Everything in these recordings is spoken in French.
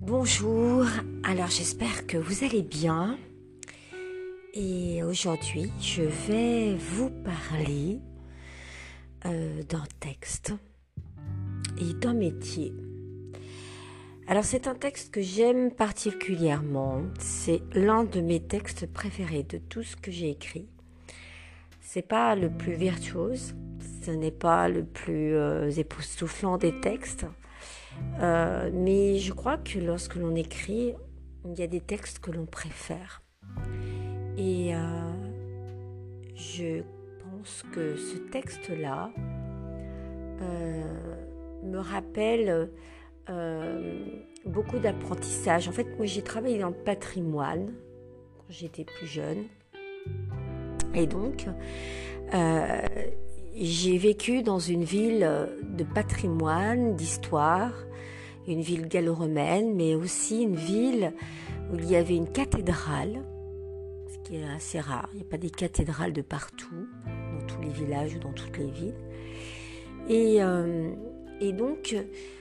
Bonjour, alors j'espère que vous allez bien et aujourd'hui je vais vous parler d'un texte et d'un métier. Alors c'est un texte que j'aime particulièrement, c'est l'un de mes textes préférés de tout ce que j'ai écrit. C'est pas le plus virtuose, ce n'est pas le plus époustouflant des textes. Mais je crois que lorsque l'on écrit, il y a des textes que l'on préfère. Et je pense que ce texte-là me rappelle beaucoup d'apprentissage. En fait, moi j'ai travaillé dans le patrimoine quand j'étais plus jeune. Et donc, j'ai vécu dans une ville de patrimoine, d'histoire, une ville gallo-romaine, mais aussi une ville où il y avait une cathédrale, ce qui est assez rare. Il n'y a pas des cathédrales de partout, dans tous les villages ou dans toutes les villes. Et donc,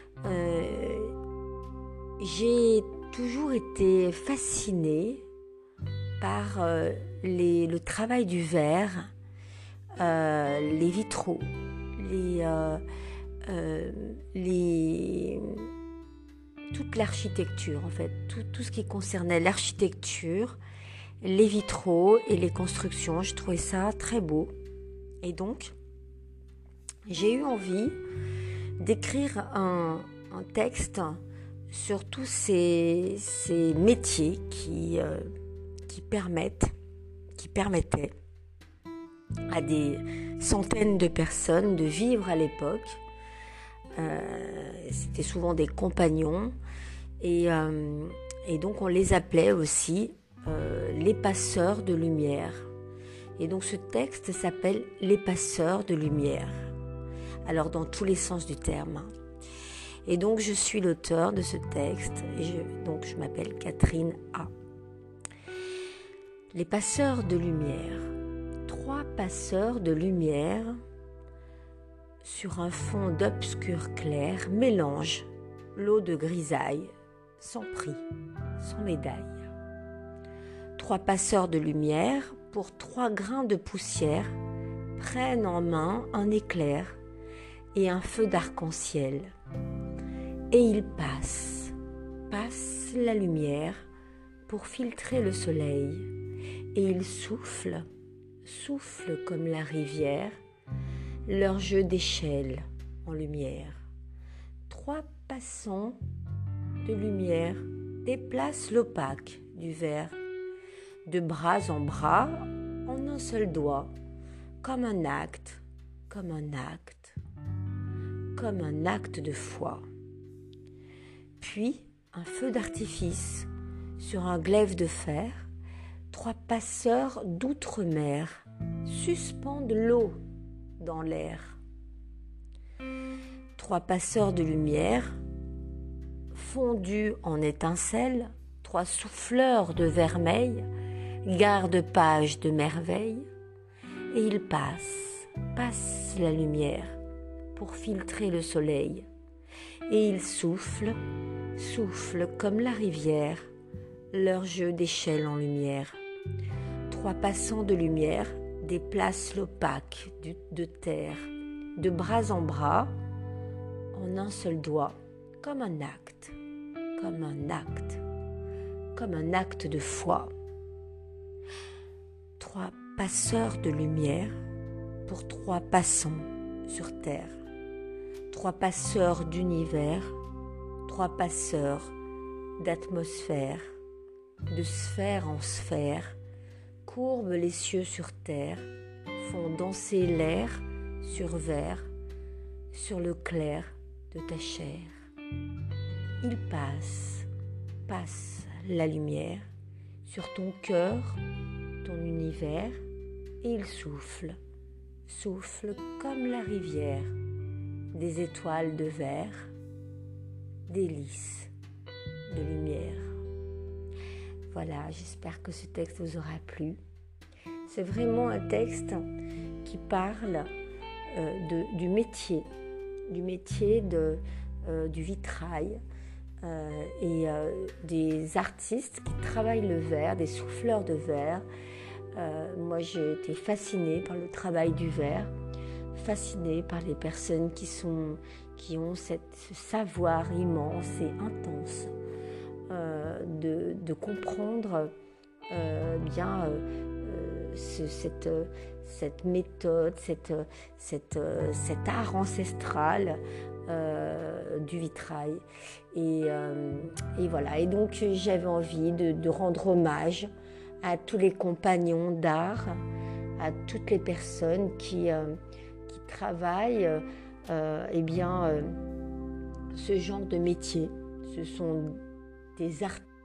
j'ai toujours été fascinée par le travail du verre, les vitraux, toute l'architecture en fait, tout ce qui concernait l'architecture, les vitraux et les constructions. Je trouvais ça très beau. Et donc, j'ai eu envie d'écrire un texte sur tous ces métiers qui permettaient à des centaines de personnes de vivre à l'époque. C'était souvent des compagnons et donc on les appelait aussi les passeurs de lumière. Et donc ce texte s'appelle Les passeurs de lumière, alors dans tous les sens du terme. Et donc je suis l'auteur de ce texte et je m'appelle Catherine A. Les passeurs de lumière. 3 passeurs de lumière sur un fond d'obscur clair mélangent l'eau de grisaille sans prix, sans médaille. 3 passeurs de lumière pour 3 grains de poussière prennent en main un éclair et un feu d'arc-en-ciel. Et ils passent la lumière pour filtrer le soleil. Et ils soufflent comme la rivière, leur jeu d'échelle en lumière. 3 passants de lumière déplacent l'opaque du verre de bras en bras en un seul doigt, comme un acte de foi. Puis un feu d'artifice sur un glaive de fer. 3 passeurs d'outre-mer suspendent l'eau dans l'air. 3 passeurs de lumière fondus en étincelles, 3 souffleurs de vermeil, garde-pages de merveille, et ils passent la lumière pour filtrer le soleil, et ils soufflent comme la rivière, leur jeu d'échelle en lumière. 3 passants de lumière déplacent l'opaque de terre, de bras en bras, en un seul doigt, comme un acte de foi. 3 passeurs de lumière pour 3 passants sur terre. 3 passeurs d'univers, 3 passeurs d'atmosphère, de sphère en sphère, courbent les cieux sur terre, font danser l'air sur verre, sur le clair de ta chair. Ils passent la lumière sur ton cœur, ton univers, et ils soufflent comme la rivière, des étoiles de verre, des lys de lumière. Voilà, j'espère que ce texte vous aura plu. C'est vraiment un texte qui parle du métier du vitrail, des artistes qui travaillent le verre, des souffleurs de verre. Moi, j'ai été fascinée par le travail du verre, fascinée par les personnes qui ont ce savoir immense et intense de comprendre cette méthode, cet art ancestral du vitrail. Et voilà. Et donc j'avais envie de rendre hommage à tous les compagnons d'art, à toutes les personnes qui travaillent ce genre de métier. Ce sont des artistes